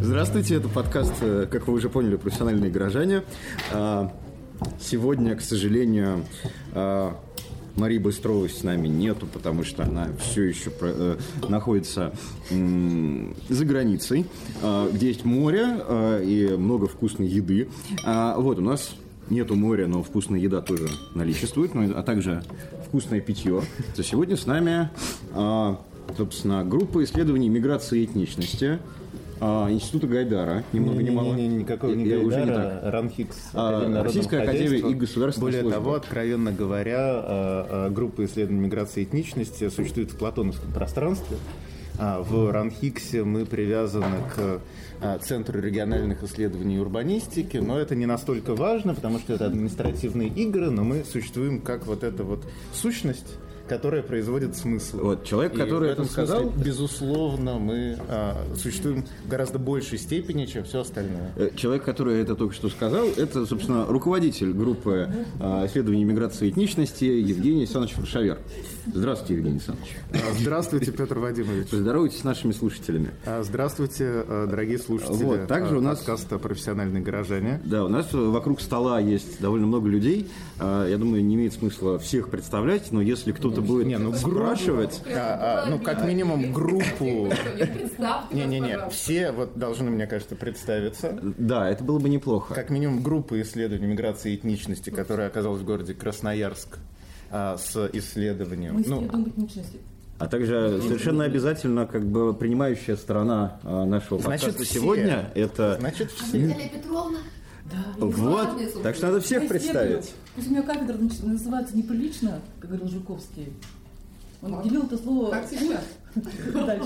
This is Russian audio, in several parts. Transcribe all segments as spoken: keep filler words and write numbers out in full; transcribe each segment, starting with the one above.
Здравствуйте, это подкаст, как вы уже поняли, «Профессиональные горожане». Сегодня, к сожалению, Марии Быстровой с нами нету, потому что она все еще находится за границей, где есть море и много вкусной еды. Вот, у нас нету моря, но вкусная еда тоже наличествует, ну, а также вкусное питье. То сегодня с нами, собственно, группа исследований миграции и этничности Института Гайдара, ни много ни мало. Не, не, никакого не Гайдара, РАНХИКС, а, Российская академия и государственная Более служба. того, откровенно говоря, группа исследований миграции и этничности существует в платоновском пространстве. В РАНХИКСе мы привязаны к Центру региональных исследований и урбанистики, но это не настолько важно, потому что это административные игры, но мы существуем как вот эта вот сущность, которая производит смысл. Вот, человек, и который в этом это сказал, смысле, безусловно, мы а, существуем в гораздо большей степени, чем все остальное. Человек, который это только что сказал, это, собственно, руководитель группы а, исследований миграции и этничности Евгений Александрович Фаршавер. Здравствуйте, Евгений Александрович. Здравствуйте, Петр Вадимович. Поздоровайтесь с нашими слушателями. Здравствуйте, дорогие слушатели вот, также у нас подкаста «Профессиональные горожане». Да, у нас вокруг стола есть довольно много людей. Я думаю, не имеет смысла всех представлять, но если кто-то будет не, ну, спрашивать... А, а, ну, как минимум, группу... Не-не-не, все вот должны, мне кажется, представиться. Да, это было бы неплохо. Как минимум, группа исследований миграции и этничности, которая оказалась в городе Красноярск а, с исследованием... Мы ну, исследуем этничности. А также совершенно обязательно, как бы, принимающая сторона нашего Значит, подкаста все. сегодня, это... Значит, все. Наталья Петровна. Да, Вот, так что надо всех представить. Пусть у меня кафедра называется неприлично, как говорил Жуковский. Он делил это слово... Как сейчас? Дальше.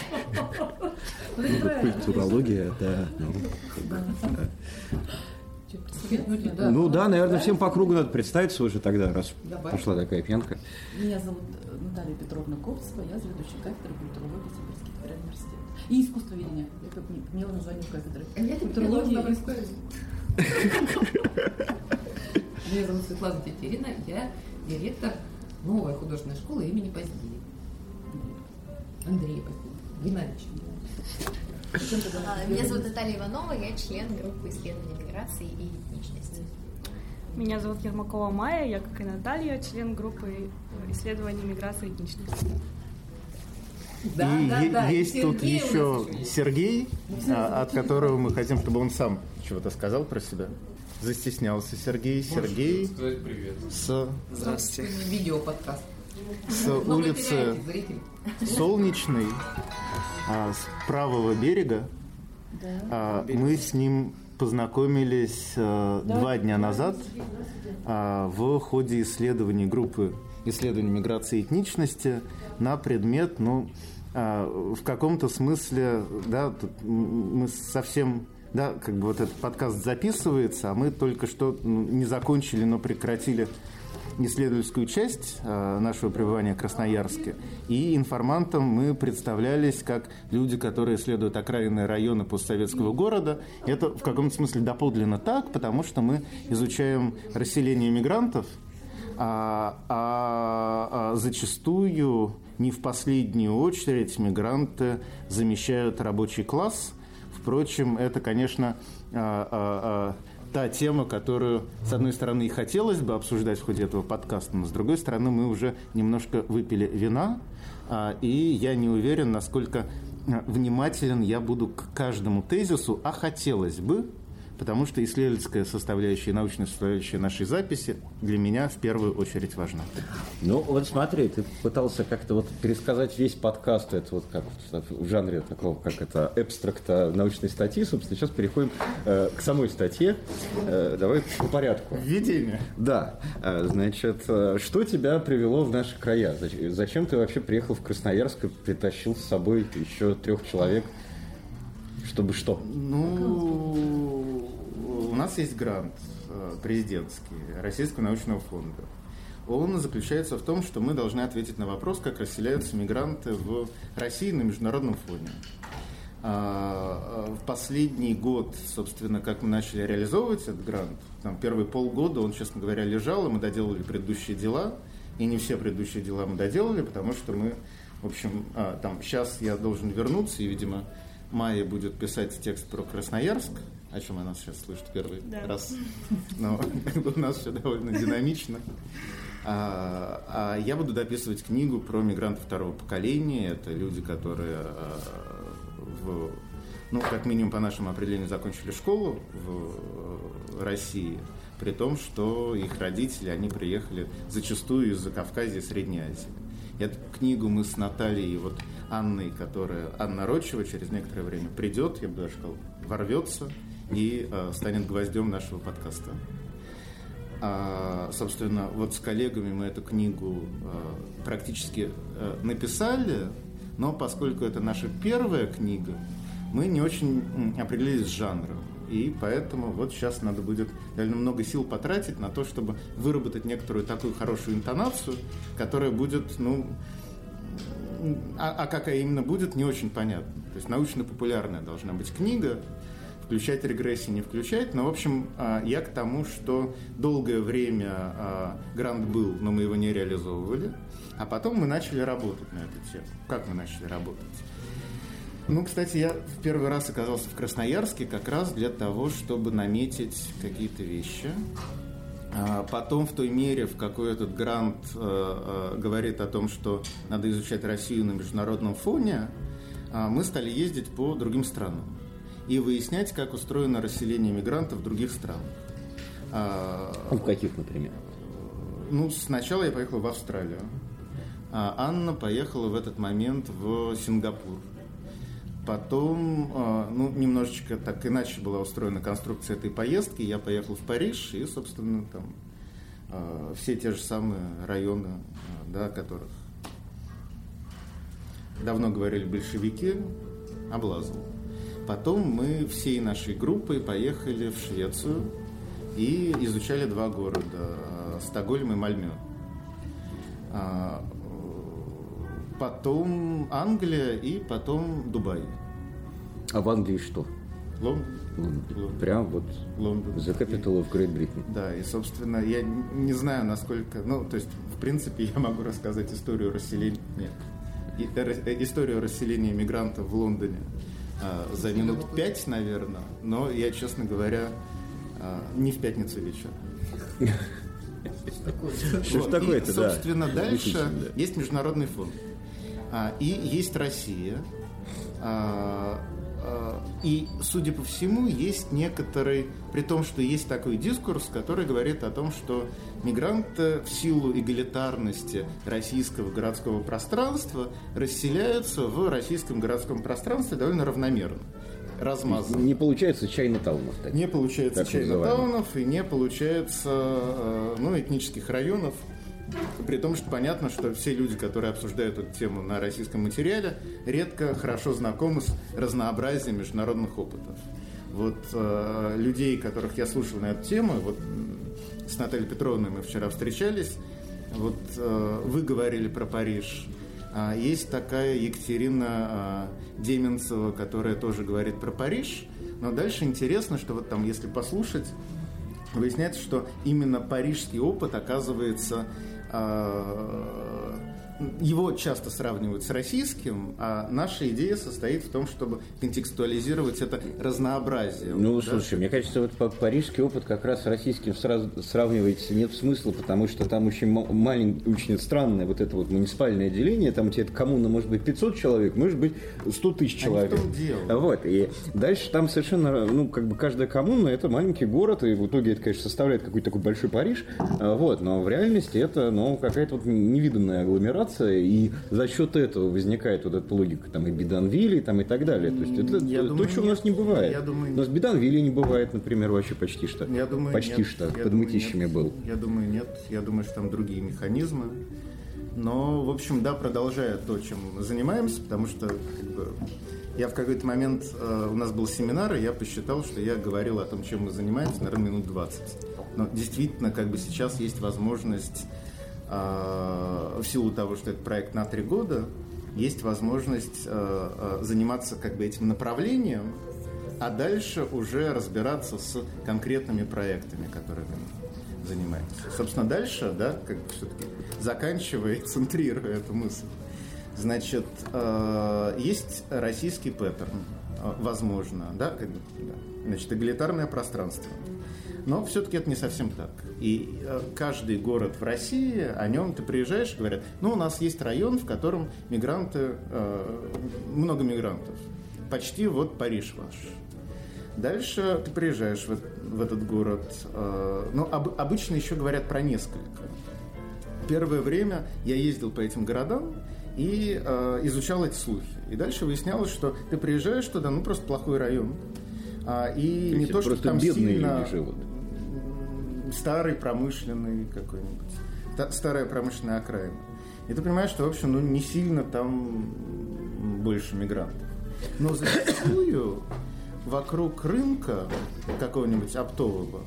Культурология, да. Да. Ну да, наверное, всем по кругу надо представиться уже тогда, раз Давай. пошла такая пьянка. Меня зовут Наталья Петровна Копцева, я заведующая кафедрой культурологии Сибирский федеральный университет. И искусствоведения. Я как поменяла название кафедры. Культурологии и Меня зовут Светлана Тетерина, я директор новой художественной школы имени Поздеева. Андрея Поздеева. Геннадьевича. Меня зовут Наталья Иванова, я член группы исследований миграции и этничности. Меня зовут Ермакова Майя, я, как и Наталья, член группы исследований миграции и этничности. Да, и да, е- да. есть Сергей тут еще Сергей, а, от которого мы хотим, чтобы он сам чего-то сказал про себя. Застеснялся Сергей. Сергей сказать привет. С, Здравствуйте. Видео-подкаст. с Но вы улицы теряете зрителей. Солнечной, а, с правого берега. А, мы с ним познакомились а, два дня назад а, в ходе исследований группы исследований миграции и этничности на предмет, ну, а, в каком-то смысле, да, тут мы совсем, да, как бы вот этот подкаст записывается, а мы только что ну, не закончили, но прекратили исследовательскую часть а, нашего пребывания в Красноярске. И информантам мы представлялись как люди, которые исследуют окраинные районы постсоветского города. Это в каком-то смысле доподлинно так, потому что мы изучаем расселение мигрантов, а, а, а зачастую, не в последнюю очередь, мигранты замещают рабочий класс. Впрочем, это, конечно, а, а, а, та тема, которую, с одной стороны, и хотелось бы обсуждать в ходе этого подкаста, но, с другой стороны, мы уже немножко выпили вина, а, и я не уверен, насколько внимателен я буду к каждому тезису, а хотелось бы, потому что исследовательская составляющая и научная составляющая нашей записи для меня в первую очередь важна. Ну, вот смотри, ты пытался как-то вот пересказать весь подкаст, это вот как в жанре такого, как это, абстракта научной статьи, собственно, сейчас переходим э, к самой статье. Э, давай по порядку. Введение. Да, э, значит, э, что тебя привело в наши края? Зачем ты вообще приехал в Красноярск и притащил с собой еще трех человек? Чтобы что? Ну, у нас есть грант президентский Российского научного фонда. Он заключается в том, что мы должны ответить на вопрос, как расселяются мигранты в России на международном фоне. В последний год, собственно, как мы начали реализовывать этот грант, там первые полгода он, честно говоря, лежал, и мы доделали предыдущие дела, и не все предыдущие дела мы доделали, потому что мы, в общем, там сейчас я должен вернуться и, видимо, Майя будет писать текст про Красноярск, о чем она сейчас слышит первый да. раз. Но у нас все довольно динамично. А, а я буду дописывать книгу про мигрантов второго поколения. Это люди, которые, в, ну, как минимум по нашему определению, закончили школу в России, при том, что их родители, они приехали зачастую из Закавказья и Средней Азии. Эту книгу мы с Натальей, вот Анной, которая, Анна Рочева, через некоторое время придет, я бы даже сказал, ворвется и э, станет гвоздем нашего подкаста. А, собственно, вот с коллегами мы эту книгу э, практически э, написали, но поскольку это наша первая книга, мы не очень определились с жанром. И поэтому вот сейчас надо будет довольно много сил потратить на то, чтобы выработать некоторую такую хорошую интонацию, которая будет, ну, а, а какая именно будет, не очень понятно. То есть научно-популярная должна быть книга, включать регрессии, не включать. Но, в общем, я к тому, что долгое время грант был, но мы его не реализовывали, а потом мы начали работать на эту тему. Как мы начали работать? Ну, кстати, я в первый раз оказался в Красноярске как раз для того, чтобы наметить какие-то вещи. А потом, в той мере, в какой этот грант э, э, говорит о том, что надо изучать Россию на международном фоне, э, мы стали ездить по другим странам и выяснять, как устроено расселение мигрантов в других странах. А, в каких, например? Ну, сначала я поехал в Австралию, а Анна поехала в этот момент в Сингапур. Потом, ну, немножечко так иначе была устроена конструкция этой поездки. Я поехал в Париж, и, собственно, там все те же самые районы, да, о которых давно говорили большевики, облазал. Потом мы всей нашей группой поехали в Швецию и изучали два города – Стокгольм и Мальмё. Потом Англия и потом Дубай. А в Англии что? Лондон. Лондон. Лондон. Прям вот Лондон. The capital of Great Britain. Да, и, собственно, я не знаю, насколько... Ну, то есть, в принципе, я могу рассказать историю расселения... Нет. Историю расселения мигрантов в Лондоне а, за минут пять, наверное, но я, честно говоря, а, не в пятницу вечером. Что ж такое-то, да. Собственно, дальше есть международный фонд. И есть Россия. И, судя по всему, есть некоторый, при том, что есть такой дискурс, который говорит о том, что мигранты в силу эгалитарности российского городского пространства расселяются в российском городском пространстве довольно равномерно, размазанно. Не получается чайно-таунов. Не получается чайно-таунов и не получается, ну, этнических районов. При том, что понятно, что все люди, которые обсуждают эту тему на российском материале, редко хорошо знакомы с разнообразием международных опытов. Вот э, людей, которых я слушал на эту тему, вот с Натальей Петровной мы вчера встречались, вот э, вы говорили про Париж. А есть такая Екатерина э, Деменцева, которая тоже говорит про Париж. Но дальше интересно, что вот там, если послушать, выясняется, что именно парижский опыт, оказывается, его часто сравнивают с российским, а наша идея состоит в том, чтобы контекстуализировать это разнообразие. Ну, да? слушай, мне кажется, вот парижский опыт как раз с российским сравнивать нет смысла, потому что там очень маленькое, очень странное вот это вот муниципальное деление, там у тебя коммуна может быть пятьсот человек, может быть сто тысяч человек. А не в том дело. Вот, и дальше там совершенно, ну, как бы каждая коммуна это маленький город, и в итоге это, конечно, составляет какой-то такой большой Париж, вот, но в реальности это, ну, какая-то вот невиданная агломерация, и за счет этого возникает вот эта логика там и бидонвилей, там и так далее. То есть это я то, думаю, что у нас не бывает. Я думаю, у нас бидонвилей не бывает, например, вообще почти что. Я думаю, почти нет. что. Я Под думаю, Мытищами нет. был. Я думаю, нет. Я думаю, что там другие механизмы. Но, в общем, да, продолжая то, чем мы занимаемся, потому что как бы, я в какой-то момент, э, у нас был семинар, и я посчитал, что я говорил о том, чем мы занимаемся, наверное, минут двадцать. Но действительно, как бы сейчас есть возможность, э, в силу того, что это проект на три года, есть возможность э, э, заниматься как бы этим направлением, а дальше уже разбираться с конкретными проектами, которыми мы занимаемся. Собственно, дальше, да, как бы все-таки заканчивая и центрируя эту мысль, значит, э, есть российский паттерн. возможно, да, как бы, да, значит, эгалитарное пространство. Но все-таки это не совсем так. И каждый город в России, о нем ты приезжаешь и говорят, ну, у нас есть район, в котором мигранты, много мигрантов. Почти вот Париж ваш. Дальше ты приезжаешь в, в этот город. Ну, об, обычно еще говорят про несколько. Первое время я ездил по этим городам и э, изучал эти слухи. И дальше выяснялось, что ты приезжаешь туда, ну, просто плохой район. А, и то не то, что там сильно живут. Старый промышленный какой-нибудь, старая промышленная окраина. И ты понимаешь, что, в общем, ну, не сильно там больше мигрантов. Но зачастую вокруг рынка какого-нибудь оптового,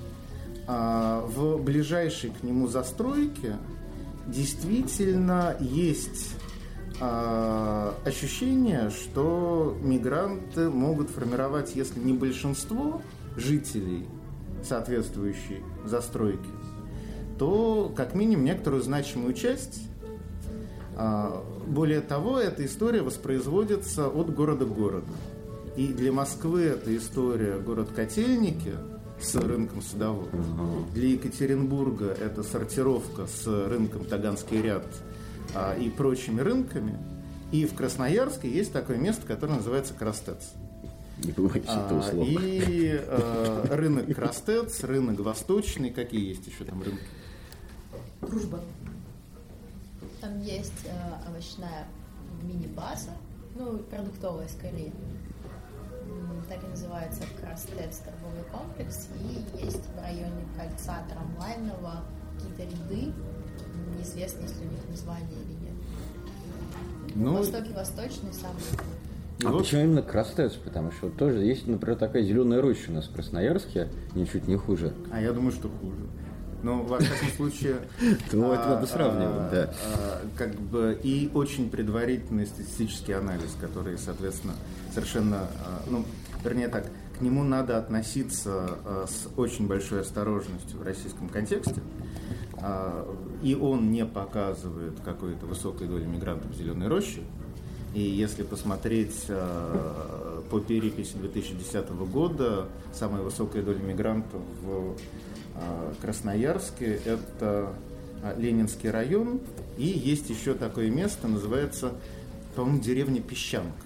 а, в ближайшей к нему застройке действительно есть а, ощущение, что мигранты могут формировать, если не большинство жителей соответствующей застройки, то как минимум некоторую значимую часть. А, более того, эта история воспроизводится от города к городу. И для Москвы это история город Котельники с рынком Садовод. Uh-huh. Для Екатеринбурга это сортировка с рынком Таганский ряд а, и прочими рынками. И в Красноярске есть такое место, которое называется Крастец. Не бывает это условно. И а, рынок Крастец, рынок Восточный. Какие есть еще там рынки? Дружба. Там есть э, овощная мини-база, ну, продуктовая скорее. Так и называется Крастец торговый комплекс. И есть в районе кольца трамвайного какие-то ряды. Неизвестно, есть ли у них название или нет. Ну, Востоке Восточный самый. А вот почему именно Крастец? Потому что тоже есть, например, такая зеленая роща у нас в Красноярске, ничуть не хуже. А я думаю, что хуже. Ну, во всяком случае... Ну, это надо сравнивать, да. Как бы и очень предварительный статистический анализ, который, соответственно, совершенно... Ну, вернее так, к нему надо относиться с очень большой осторожностью в российском контексте. И он не показывает какой-то высокой доли мигрантов в зеленой роще. И если посмотреть по переписи две тысячи десятого года, самая высокая доля мигрантов в Красноярске – это Ленинский район, и есть еще такое место, называется, по-моему, деревня Песчанка.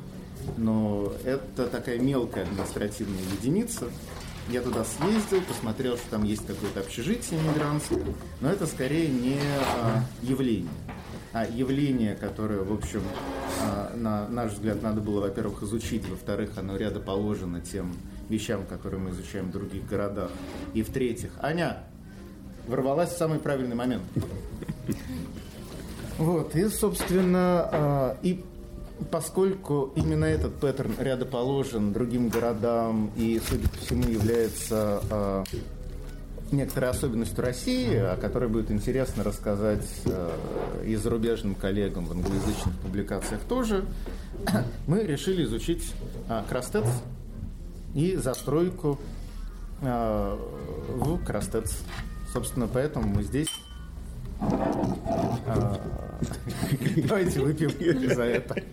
Но это такая мелкая административная единица. Я туда съездил, посмотрел, что там есть какое-то общежитие мигрантское, но это скорее не явление, а явление, которое, в общем, на наш взгляд, надо было, во-первых, изучить, во-вторых, оно рядоположено тем вещам, которые мы изучаем в других городах. И в-третьих, Аня ворвалась в самый правильный момент. Вот, и, собственно, и поскольку именно этот паттерн рядоположен другим городам и, судя по всему, является некоторой особенностью России, о которой будет интересно рассказать и зарубежным коллегам в англоязычных публикациях тоже, мы решили изучить Крастец и застройку э, в Крастец. Собственно, поэтому мы здесь. Э, давайте выпьем за это.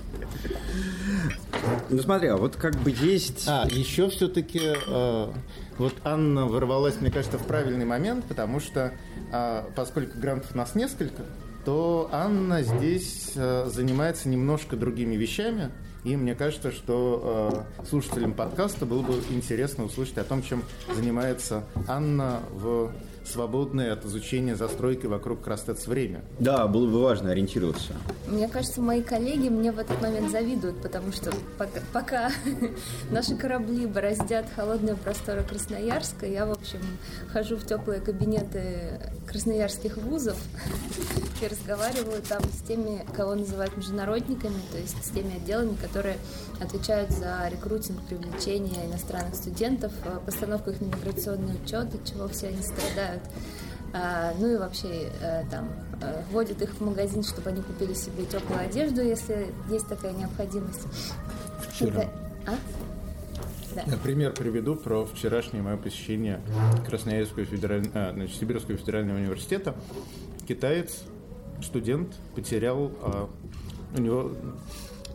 Ну смотри, а вот как бы есть... А, еще все-таки э, вот Анна ворвалась, мне кажется, в правильный момент, потому что э, поскольку грантов у нас несколько, то Анна здесь э, занимается немножко другими вещами. И мне кажется, что э, слушателям подкаста было бы интересно услышать о том, чем занимается Анна в свободное от изучения застройки вокруг Крастец время. Да, было бы важно ориентироваться. Мне кажется, мои коллеги мне в этот момент завидуют, потому что пока, пока наши корабли бороздят холодные просторы Красноярска, я, в общем, хожу в теплые кабинеты красноярских вузов и разговариваю там с теми, кого называют международниками, то есть с теми отделами, которые отвечают за рекрутинг, привлечение иностранных студентов, постановку их на миграционный учет, от чего все они страдают. А, ну и вообще а, там а, вводят их в магазин, чтобы они купили себе теплую одежду, если есть такая необходимость. Вчера. Это... А? Да. Например, приведу про вчерашнее мое посещение Красноярского федерального, а, значит, Сибирского федерального университета. Китаец, студент, потерял, а, у него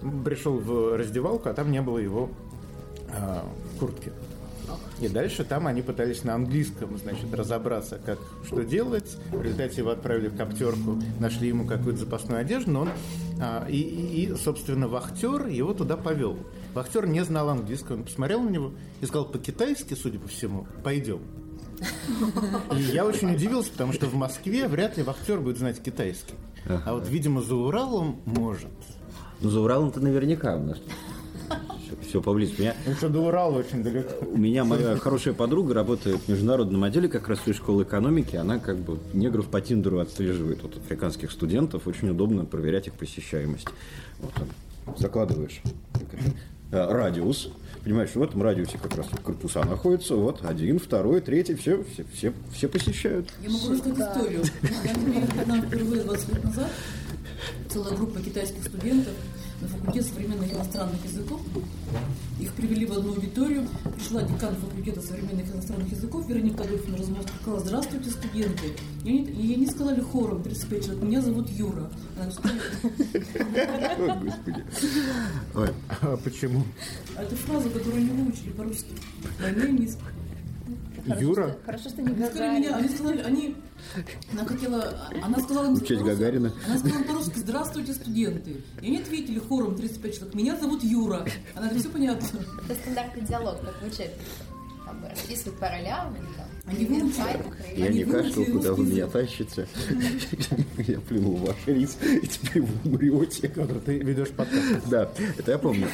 пришел в раздевалку, а там не было его э, куртки. И дальше там они пытались на английском, значит, разобраться, как что делать. В результате его отправили в коптерку, нашли ему какую-то запасную одежду, но он а, и, и, собственно, вахтер его туда повел. Вахтер не знал английского, он посмотрел на него и сказал по-китайски, судя по всему, пойдем. И я очень удивился, потому что в Москве вряд ли вахтер будет знать китайский. А вот, видимо, за Уралом может. Ну, за Уралом-то наверняка у нас все, все поблизко. Меня, это до Урала очень далеко. У меня моя хорошая подруга работает в международном отделе как раз из школы экономики. Она как бы негров по Тиндеру отслеживает от африканских студентов. Очень удобно проверять их посещаемость. Вот там закладываешь радиус. Понимаешь, в этом радиусе как раз корпуса находятся. Вот один, второй, третий, все, все, все, все посещают. Я могу рассказать да. историю. Я, например, когда впервые двадцать лет назад целая группа китайских студентов на факультет современных иностранных языков. Их привели в одну аудиторию. Пришла декан факультета современных иностранных языков Вероника Адольфовна Разумовская, сказала: здравствуйте, студенты. И они, и они сказали хором тридцать пять человек: меня зовут Юра. Она сказала: о, Господи. Ой. А почему? Это фраза, которую они выучили по-русски. My name is... Хорошо, Юра? Что, хорошо, что не Гагарин. Меня, они сказали, они... Она хотела... Она сказала им... Учить Гагарина. Она сказала по-русски: здравствуйте, студенты. И они ответили хором тридцать пять человек: меня зовут Юра. Она говорит: все понятно. Это стандартный диалог, как в учебнике. Там расписывают по ролям или там... Они выучили. Я не кашлял, куда вы меня тащите. Я плюнул в ваш рис, и теперь вы умрете. Ты ведешь подкаст. Да, это я помню.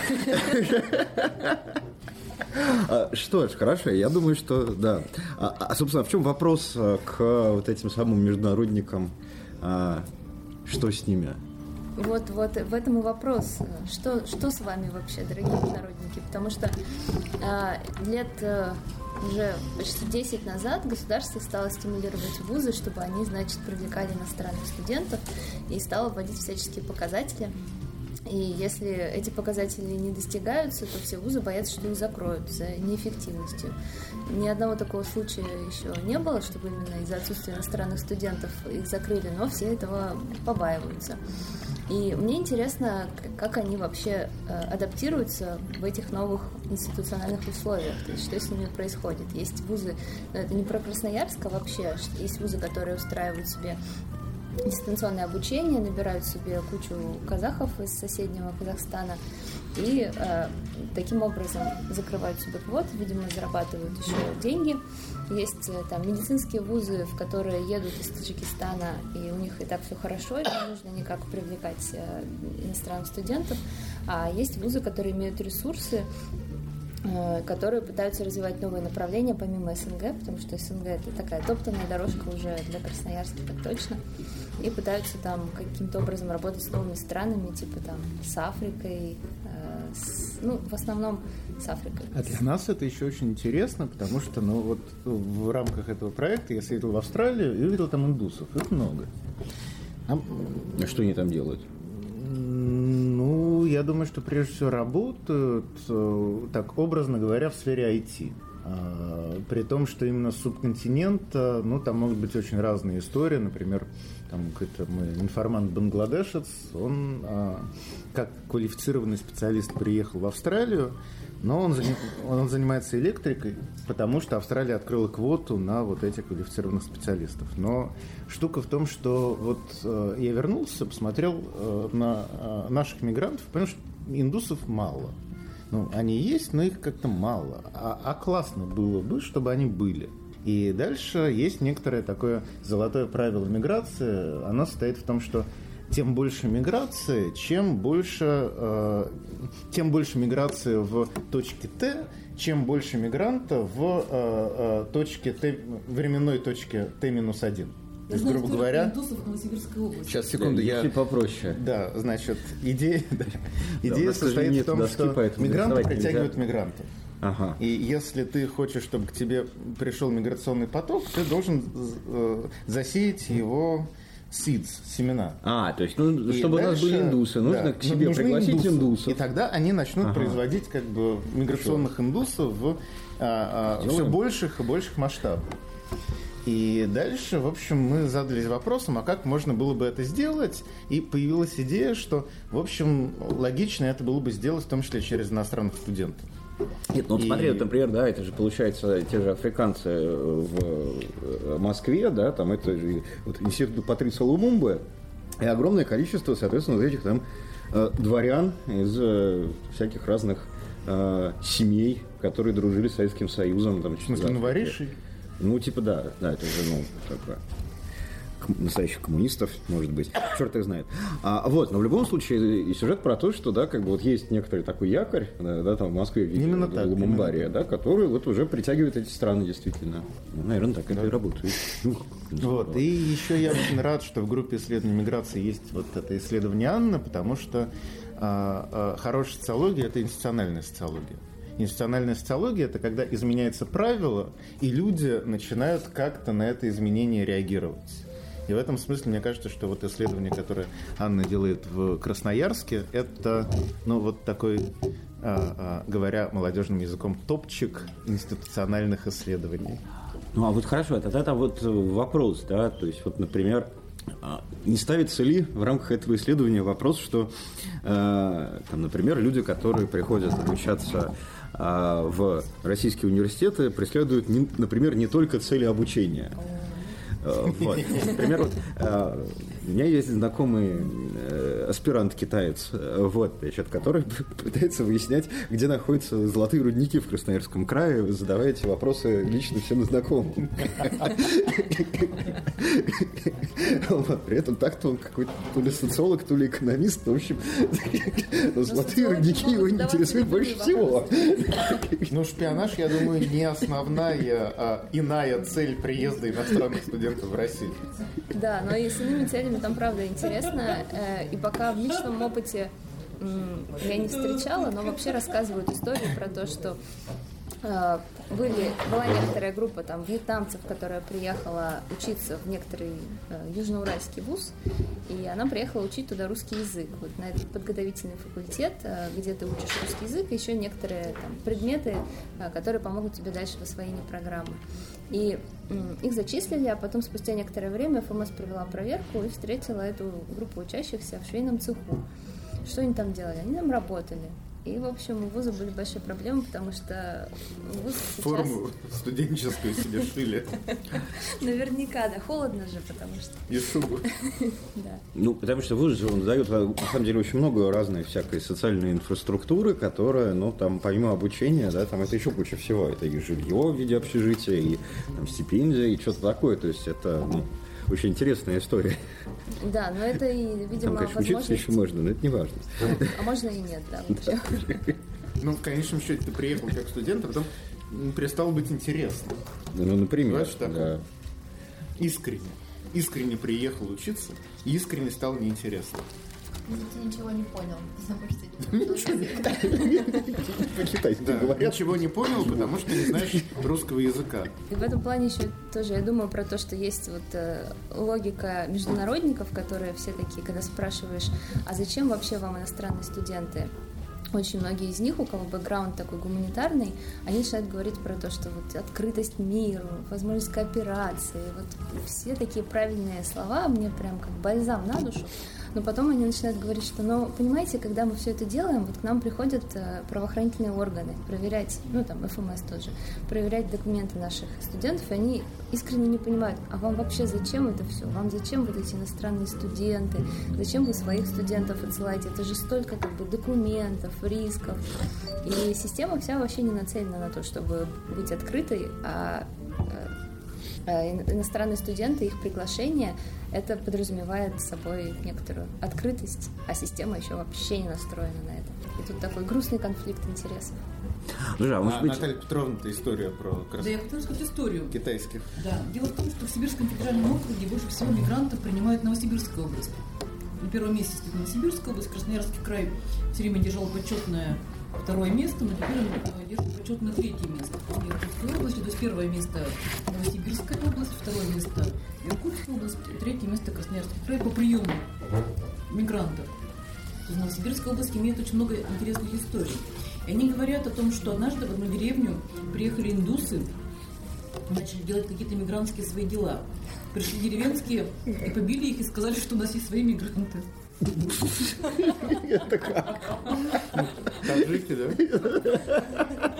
А, что ж, хорошо, я думаю, что да. А, а собственно, в чем вопрос к вот этим самым международникам? А, что с ними? Вот, вот в этом и вопрос. Что, что с вами вообще, дорогие международники? Потому что а, лет а, уже почти десять назад государство стало стимулировать вузы, чтобы они, значит, привлекали иностранных студентов, и стало вводить всяческие показатели. И если эти показатели не достигаются, то все вузы боятся, что их закроют за неэффективностью. Ни одного такого случая еще не было, чтобы именно из-за отсутствия иностранных студентов их закрыли, но все этого побаиваются. И мне интересно, как они вообще адаптируются в этих новых институциональных условиях, то есть что с ними происходит. Есть вузы, но это не про Красноярск, а вообще, есть вузы, которые устраивают себе дистанционное обучение, набирают себе кучу казахов из соседнего Казахстана и э, таким образом закрывают себе квоты, видимо, зарабатывают еще деньги. Есть э, там медицинские вузы, в которые едут из Таджикистана, и у них и так все хорошо, и не нужно никак привлекать э, иностранных студентов. А есть вузы, которые имеют ресурсы, которые пытаются развивать новые направления помимо СНГ, потому что СНГ — это такая топтанная дорожка уже для Красноярска, так точно, и пытаются там каким-то образом работать с новыми странами, типа там с Африкой, э, с, ну, в основном с Африкой. А для нас это еще очень интересно, потому что, ну, вот в рамках этого проекта я съездил в Австралию и увидел там индусов, их много. А что они там делают? Ну, я думаю, что прежде всего работают, так образно говоря, в сфере ай ти. При том, что именно с субконтинента, ну, там могут быть очень разные истории. Например, там какой-то мой информант-бангладешец, он как квалифицированный специалист приехал в Австралию, но он, он занимается электрикой, потому что Австралия открыла квоту на вот этих квалифицированных специалистов. Но штука в том, что вот э, я вернулся, посмотрел э, на э, наших мигрантов, понял, что индусов мало. Ну, они есть, но их как-то мало. А, а классно было бы, чтобы они были. И дальше есть некоторое такое золотое правило миграции. Оно состоит в том, что тем больше миграции, чем больше, э, тем больше миграции в точке Т, чем больше мигрантов в э, э, точке Т, временной точке Т минус один. То есть, грубо говоря, сейчас, секунду, я... попроще. Да, значит, идея, да, идея да, состоит в том, доски, что мигранты притягивают нельзя. мигрантов. Ага. И если ты хочешь, чтобы к тебе пришел миграционный поток, ты должен э, засеять его seeds, семена. А, то есть, ну, чтобы дальше, у нас были индусы, нужно да, к себе пригласить индусы. индусов. И тогда они начнут ага. производить как бы миграционных Хорошо. индусов в а, а, все больших и больших масштабах. И дальше, в общем, мы задались вопросом, а как можно было бы это сделать? И появилась идея, что, в общем, логично это было бы сделать, в том числе через иностранных студентов. Нет, ну вот И... смотри, вот, например, да, это же получается те же африканцы в Москве, да, там это же вот, институт Патриция Лумумбы, и огромное количество, соответственно, вот этих там дворян из всяких разных э, семей, которые дружили с Советским Союзом. Там, в смысле, новоришей? Ну, типа, да, да, это же, ну, как бы, настоящих коммунистов, может быть, черт их знает. А, вот, но в любом случае и сюжет про то, что, да, как бы вот есть некоторый такой якорь, да, да там в Москве, именно в так, Лумумбария, да, который вот уже притягивает эти страны действительно. Ну, наверное, так это да. и работает. Ну, вот, и еще я очень рад, что в группе исследований миграции есть вот это исследование Анны, потому что а, а, хорошая социология – это институциональная социология. Институциональная социология – это когда изменяется правило, и люди начинают как-то на это изменение реагировать. И в этом смысле мне кажется, что вот исследование, которое Анна делает в Красноярске, это, ну, вот такой, а, а, говоря молодежным языком, топчик институциональных исследований. Ну, а вот хорошо, тогда это вот вопрос, да, то есть вот, например, не ставится ли в рамках этого исследования вопрос, что, э, там, например, люди, которые приходят обучаться э, в российские университеты, преследуют, не, например, не только цели обучения. Вот. Например, вот, э, у меня есть знакомый э, аспирант-китаец, вот, значит, который пытается выяснять, где находятся золотые рудники в Красноярском крае, задавая эти вопросы лично всем знакомым. При этом так-то он какой-то то ли социолог, то ли экономист, в общем, золотые рудники его не интересуют больше всего. Ну, шпионаж, я думаю, не основная, а иная цель приезда иностранных студентов в Россию. Да, но и с иными целями там правда интересно. И пока в личном опыте я не встречала, но вообще рассказывают истории про то, что были, была некоторая группа там вьетнамцев, которая приехала учиться в некоторый э, южноуральский вуз, и она приехала учить туда русский язык. Вот на этот подготовительный факультет, э, где ты учишь русский язык, еще некоторые там предметы, э, которые помогут тебе дальше в освоении программы. И э, их зачислили, а потом спустя некоторое время эф эм эс провела проверку и встретила эту группу учащихся в швейном цеху. Что они там делали? Они там работали. И, в общем, у вуза были большие проблемы, потому что вуз сейчас... Форму студенческую себе шили. Наверняка, да. Холодно же, потому что... И шубу. Да. Ну, потому что вуз же, он дает, на самом деле, очень много разной всякой социальной инфраструктуры, которая, ну, там, помимо обучения, да, там это еще куча всего. Это и жилье в виде общежития, и там стипендия, и что-то такое. То есть это, ну, очень интересная история. Да, но это и, видимо, там, конечно, возможность... учиться еще можно, но это не важно. А можно и нет, да, вообще. Ну, в конечном счете, ты приехал как студент, а потом перестало быть интересно. Ну, например, Знаешь, так, да. Искренне. Искренне приехал учиться, и искренне стало неинтересно. Ты ничего не понял, потому что... По-китайски Да, говорят. ничего не понял, потому что не знаешь русского языка. И в этом плане еще тоже я думаю про то, что есть вот э, логика международников, которые все такие, когда спрашиваешь, а зачем вообще вам иностранные студенты? Очень многие из них, у кого бэкграунд такой гуманитарный, они начинают говорить про то, что вот открытость миру, возможность кооперации, вот все такие правильные слова, мне прям как бальзам на душу. Но потом они начинают говорить, что, ну, понимаете, когда мы все это делаем, вот к нам приходят э, правоохранительные органы проверять, ну, там, эф эм эс тот же, проверять документы наших студентов, и они искренне не понимают, а вам вообще зачем это все? Вам зачем вот эти иностранные студенты? Зачем вы своих студентов отсылаете? Это же столько, как бы, документов, рисков. И система вся вообще не нацелена на то, чтобы быть открытой, а иностранные студенты, их приглашение, это подразумевает собой некоторую открытость, а система еще вообще не настроена на это. И тут такой грустный конфликт интересов. Слушай, а, может а быть... Наталья Петровна, это история про крас... Да, я хотела сказать историю. Китайских. Да. Дело в том, что в Сибирском федеральном округе больше всего мигрантов принимает Новосибирская область. На первом месте стоит Новосибирская область, Красноярский край все время держал почетное второе место, но теперь он держит почетное третье место. В области, то есть первое место Новосибирская область, второе место Иркутская область, третье место Красноярский край по приему мигрантов. То есть Новосибирская область имеет очень много интересных историй. И они говорят о том, что однажды в одну деревню приехали индусы начали делать какие-то мигрантские свои дела. Пришли деревенские и побили их и сказали, что у нас есть свои мигранты. Это как? Таджики, да?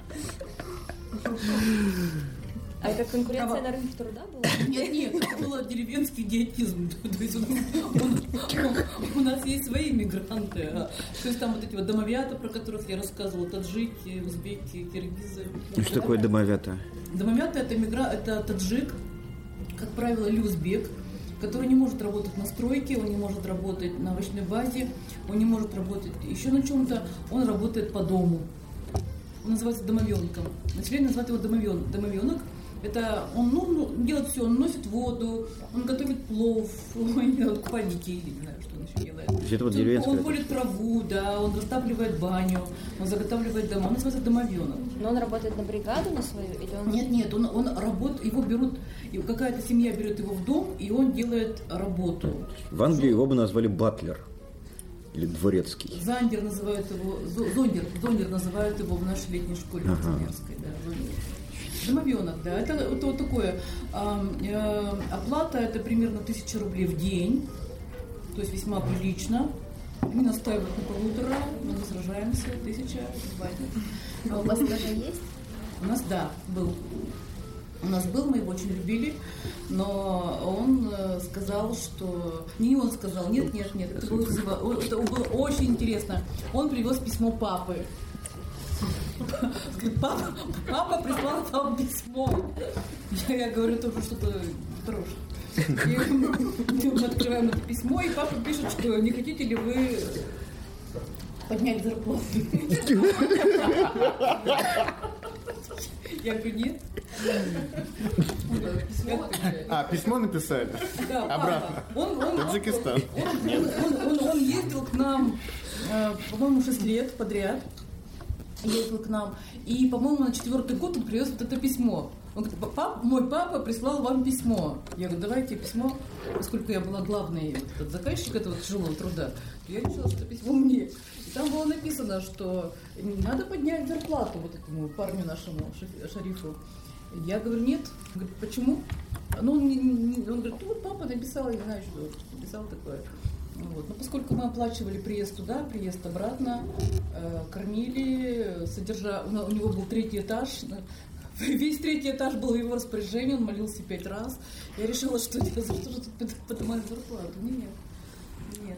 А это конкуренция на рынке труда была? Нет, нет, это был деревенский идиотизм. То есть он, он, он, у нас есть свои мигранты. А, то есть там вот эти вот домовята, про которых я рассказывала, таджики, узбеки, киргизы. И что такое домовята? Домовята это, мигра... это таджик, как правило, или узбек, который не может работать на стройке, он не может работать на овощной базе, он не может работать еще на чем-то, он работает по дому. Он называется домовенком. Население называет его домовен, домовенок. Это он ну, ну, делает все, он носит воду, он готовит плов, он делает купальники, не знаю, что он еще делает. Это вот он он полит траву, да, он растапливает баню, он заготавливает дома, он называется домовенок. Но он работает на бригаду на свою? Или он... Нет, нет, он, он работает, его берут, какая-то семья берет его в дом, и он делает работу. В Англии его бы назвали батлер. Или дворецкий. Зандер называют его, зондер, зондер называют его в нашей летней школе ага. инженерской, да, зондер. Домовенок, да, это, это вот такое, э, э, оплата это примерно тысяча рублей в день, то есть весьма прилично. Мы настаивают на полутора, но мы сражаемся, тысяча, хватит. А у вас даже есть? У нас, да, был. У нас был, мы его очень любили, но он э, сказал, что... Не он сказал, нет, нет, нет, это было, это было очень интересно. Он привез письмо папы. Папа, папа прислал вам письмо. Я, я говорю, тоже что-то хорошее. И мы открываем это письмо, и папа пишет, что не хотите ли вы поднять зарплату. Я говорю, нет. А, письмо написали? Да, обратно. Он, он, Таджикистан. Он, он, он, он ездил к нам, э, по-моему, шесть лет подряд. Ездил к нам. И, по-моему, на четвертый год он привез вот это письмо. Он говорит, пап, мой папа прислал вам письмо. Я говорю, давайте письмо. Поскольку я была главной вот, заказчик этого тяжелого труда, я решила, что письмо мне. И там было написано, что не надо поднять зарплату вот этому парню нашему, шарифу. Я говорю, нет. Говорит, почему? Ну, он, он говорит, ну вот папа написал, я не знаю, что написал такое. Вот. Но поскольку мы оплачивали приезд туда, приезд обратно, э, кормили, содержа... У него был третий этаж, весь третий этаж был в его распоряжении, он молился пять раз. Я решила, что я за что же тут поднимать зарплату? Нет, нет,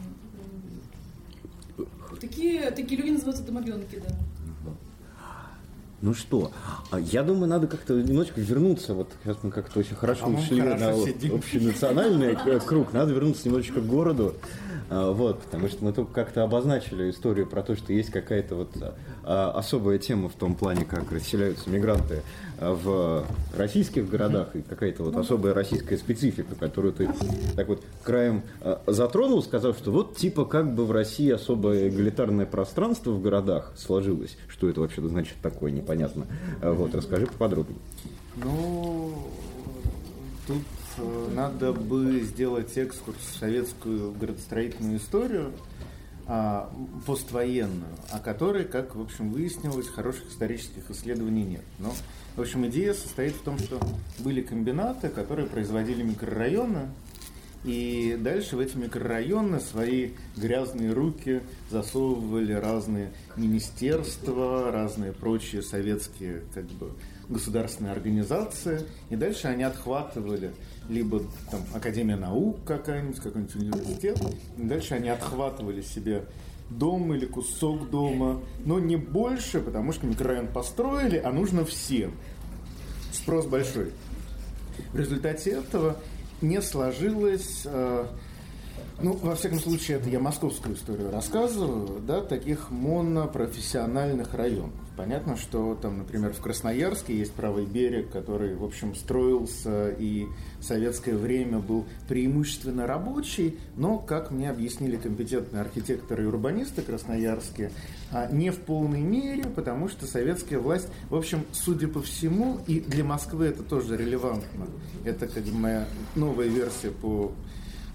нет. Такие, такие люди называются домовенки, да. Ну что, я думаю, надо как-то немножечко вернуться. Вот сейчас мы как-то очень хорошо а ушли на общенациональный круг. Надо вернуться немножечко к городу. Вот, потому что мы только как-то обозначили историю про то, что есть какая-то вот особая тема в том плане, как расселяются мигранты в российских городах, и какая-то вот особая российская специфика, которую ты так вот краем затронул, сказав, что вот типа как бы в России особое эгалитарное пространство в городах сложилось. Что это вообще значит такое, непонятно. Вот, расскажи поподробнее. Ну, тут надо бы сделать экскурс в советскую градостроительную историю, а, поствоенную, о которой, как, в общем, выяснилось, хороших исторических исследований нет. Но, в общем, идея состоит в том, что были комбинаты, которые производили микрорайоны, и дальше в эти микрорайоны свои грязные руки засовывали разные министерства, разные прочие советские, как бы, государственные организации, и дальше они отхватывали либо там Академия наук какая-нибудь, какой-нибудь университет, и дальше они отхватывали себе дом или кусок дома, но не больше, потому что микрорайон построили, а нужно всем. Спрос большой. В результате этого не сложилось, э, ну, во всяком случае, это я московскую историю рассказываю, да, таких монопрофессиональных районов. Понятно, что там, например, в Красноярске есть правый берег, который, в общем, строился и в советское время был преимущественно рабочий, но, как мне объяснили компетентные архитекторы и урбанисты красноярские, не в полной мере, потому что советская власть, в общем, судя по всему, и для Москвы это тоже релевантно, это как бы моя новая версия по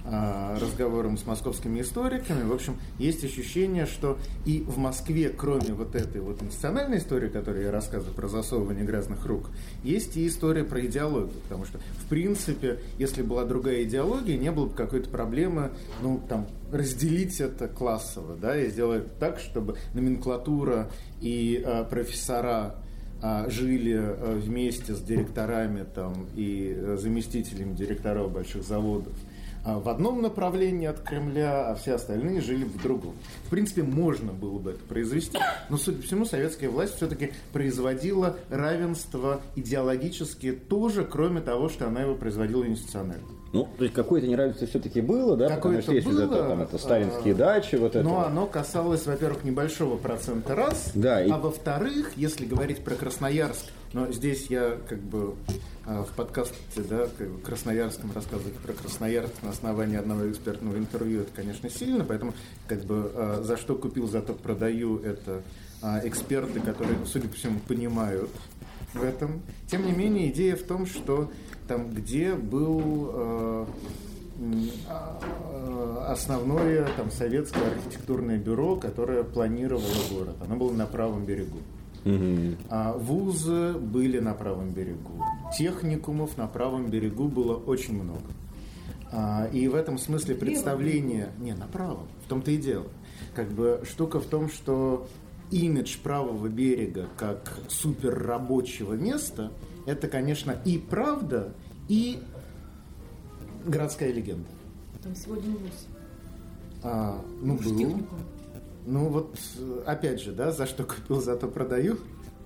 разговорам с московскими историками, в общем, есть ощущение, что и в Москве, кроме вот этой вот институциональной истории, которую я рассказываю про засовывание грязных рук, есть и история про идеологию, потому что, в принципе, если была другая идеология, не было бы какой-то проблемы, ну, там, разделить это классово, да, и сделать так, чтобы номенклатура и а, профессора а, жили а, вместе с директорами там, и а, заместителями директоров больших заводов в одном направлении от Кремля, а все остальные жили в другом. В принципе, можно было бы это произвести, но, судя по всему, советская власть все-таки производила равенство идеологически тоже, кроме того, что она его производила институционально. Ну, то есть какое-то неравенство все-таки было, да? Какое-то потому что если было, это, там, это сталинские а, дачи, вот это. Но оно касалось, во-первых, небольшого процента раз, да, и... а во-вторых, если говорить про Красноярск, но здесь я как бы в подкасте, да, красноярском рассказывать про Красноярск на основании одного экспертного интервью, это, конечно, сильно, поэтому как бы за что купил, зато продаю, это эксперты, которые, судя по всему, понимают в этом. Тем не менее, идея в том, что там, где был э, основное там, советское архитектурное бюро, которое планировало город, оно было на правом берегу. Mm-hmm. А вузы были на правом берегу. Техникумов на правом берегу было очень много. А, и в этом смысле представление... Не, на правом. В том-то и дело. Как бы штука в том, что имидж правого берега как суперрабочего места — это, конечно, и правда, и городская легенда. Там сегодня вуз. А, ну, был. Техникум. Ну вот, опять же, да, за что купил, зато продаю.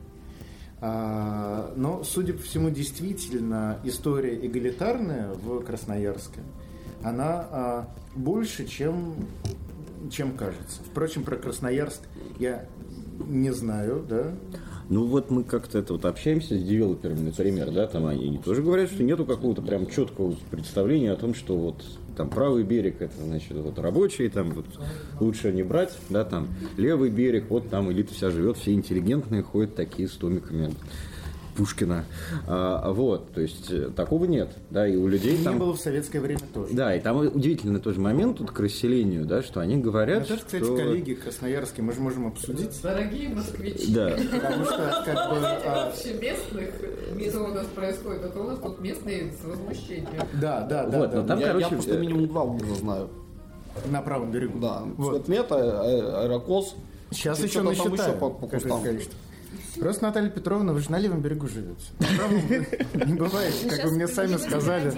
А, но, судя по всему, действительно, история эгалитарная в Красноярске, она а, больше, чем, чем кажется. Впрочем, про Красноярск я не знаю, да. Ну вот мы как-то это вот общаемся с девелоперами, например, да, там они тоже говорят, что нету какого-то прям четкого представления о том, что вот там правый берег это значит вот рабочие, там вот лучше не брать, да, там левый берег, вот там элита вся живет, все интеллигентные ходят такие с томиками Пушкина, а, вот, то есть такого нет, да, и у людей не там... было в советское время тоже. Да, и там удивительный тоже момент тут к расселению, да, что они говорят, что... Кстати, что... коллеги красноярские, мы же можем обсудить. Дорогие москвичи. Да. Потому что, как бы... Вообще местных, что у нас происходит, это у нас тут местные с возмущением. Да, да, да. Вот, да, но там, я, короче... я просто минимум два уже знаю. На правом берегу. Да, вот. Цветмета, Аэрокос. Сейчас еще насчитаю. Еще по, по кустам. Просто, Наталья Петровна, вы же на левом берегу живете. Не бывает, как вы мне сами сказали.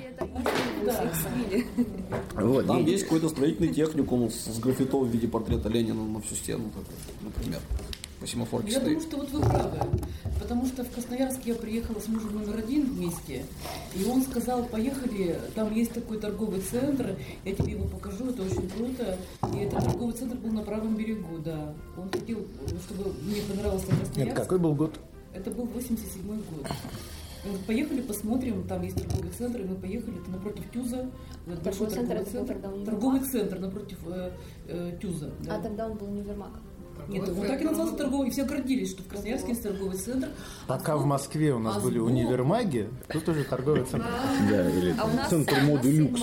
Там есть какой-то строительный техникум с граффитом в виде портрета Ленина на всю стену, например. По семафорке я стоит. думаю, что вот вы правы. Потому что в Красноярск я приехала с мужем номер один вместе, и он сказал, поехали, там есть такой торговый центр, я тебе его покажу, это очень круто. И этот торговый центр был на правом берегу, да. Он хотел, чтобы мне понравился Красноярск. Нет, какой был год? Это был восемьдесят седьмой год. Поехали, посмотрим, там есть торговый центр, и мы поехали, это напротив Тюза. Торговый центр, это был тогда универмаг? Торговый центр напротив э, э, Тюза. Да. А тогда он был универмаг? Нет, он так и назывался торговый, и все гордились, что в Красноярске есть торговый центр. Пока в Москве у нас а были сбоку... универмаги, тут уже торговый центр. Да, или а у нас, центр моды люкс.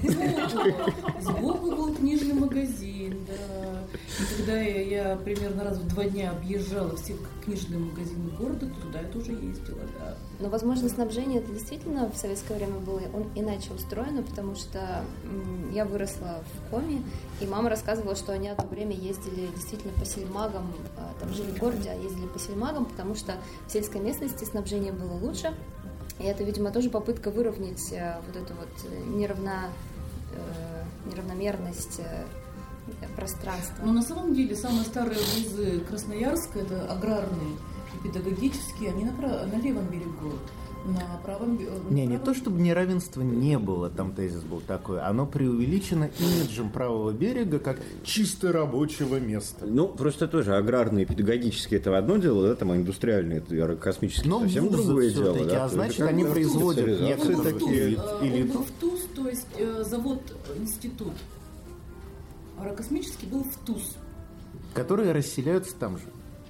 Сбоку был книжный магазин, да. И когда я, я примерно раз в два дня объезжала все книжные магазины города, то туда я тоже ездила, да. Но, возможно, снабжение это действительно в советское время было иначе устроено, потому что м, я выросла в Коми, и мама рассказывала, что они одно время ездили действительно по сельмагам, там жили в городе, а ездили по сельмагам, потому что в сельской местности снабжение было лучше. И это, видимо, тоже попытка выровнять вот эту вот неравно, э, неравномерность пространства. Но на самом деле самые старые вузы Красноярска, это аграрные и педагогические, они на, прав... на левом берегу. На правом... Не, правом... не то чтобы неравенства не было, там тезис был такой, оно преувеличено имиджем правого берега как чисто рабочего места. Ну, просто тоже аграрные, педагогические это одно дело, да, там индустриальные, это космические, но совсем другое дело. Да? А значит, они производят некоторые такие элиты. В ТУЗ, то есть завод, институт аэрокосмический был в ТУЗ. Которые расселяются там же.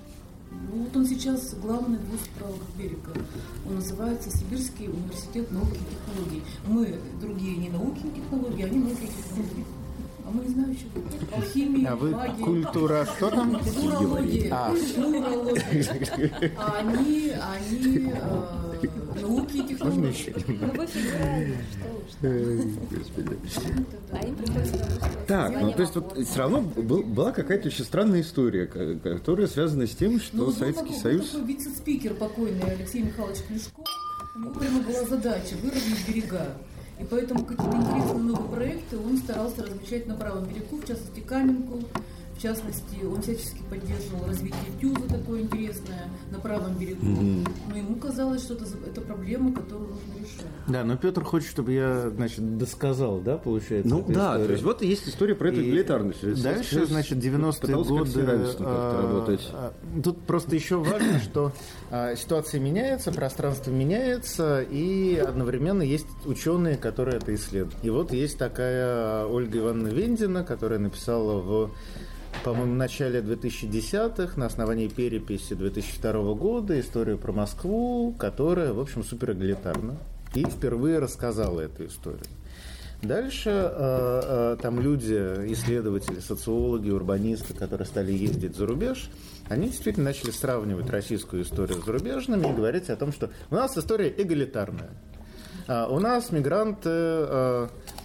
Ну, вот он сейчас главный вуз правого берега. Он называется Сибирский университет науки и технологий. Мы другие не науки и технологии, они науки и технологии. А мы не знаем еще. Алхимия, а вы магия. Культура, что там? Урология. А, урология. А они, они э, науки и технологии. Ну, вы федеральные, что уж. А им приходится... Так, ну то есть вот все равно был, была какая-то очень странная история, которая связана с тем, что ну, Советский такой, Союз... такой вице-спикер покойный Алексей Михайлович Клешко, у него прямо была задача выровнять берега. И поэтому какие-то интересные новые проекты он старался размещать на правом берегу, в частности Каменку. В частности, он всячески поддерживал развитие Тюза, такое интересное, на правом берегу. Mm-hmm. Но ему казалось, что это, это проблема, которую нужно решать. Да, но Петр хочет, чтобы я, значит, досказал, да, получается? Ну да, историю. то есть вот есть история про эту эгалитарность. Дальше, значит, девяностые годы... А, а, тут просто еще важно, что а, ситуация меняется, пространство меняется, и одновременно есть ученые, которые это исследуют. И вот есть такая Ольга Ивановна Вендина, которая написала в... по-моему, в начале две тысячи десятых на основании переписи две тысячи второго года историю про Москву, которая, в общем, суперэгалитарна. И впервые рассказала эту историю. Дальше э, э, там люди, исследователи, социологи, урбанисты, которые стали ездить за рубеж, они действительно начали сравнивать российскую историю с зарубежными и говорить о том, что у нас история эгалитарная. А у нас мигранты... Э,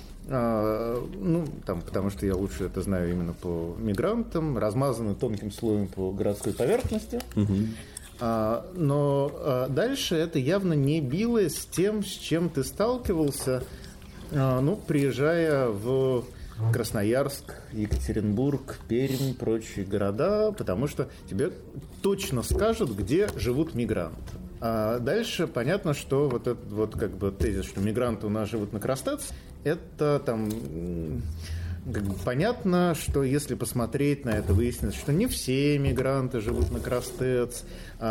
А, ну, там, потому что я лучше это знаю именно по мигрантам, размазаны тонким слоем по городской поверхности. Угу. А, но а, дальше это явно не билось с тем, с чем ты сталкивался, а, ну, приезжая в Красноярск, Екатеринбург, Пермь, прочие города, потому что тебе точно скажут, где живут мигранты. А дальше понятно, что вот этот вот как бы тезис, что мигранты у нас живут на Крастец, это там как бы понятно, что если посмотреть на это, выяснится, что не все мигранты живут на Крастец,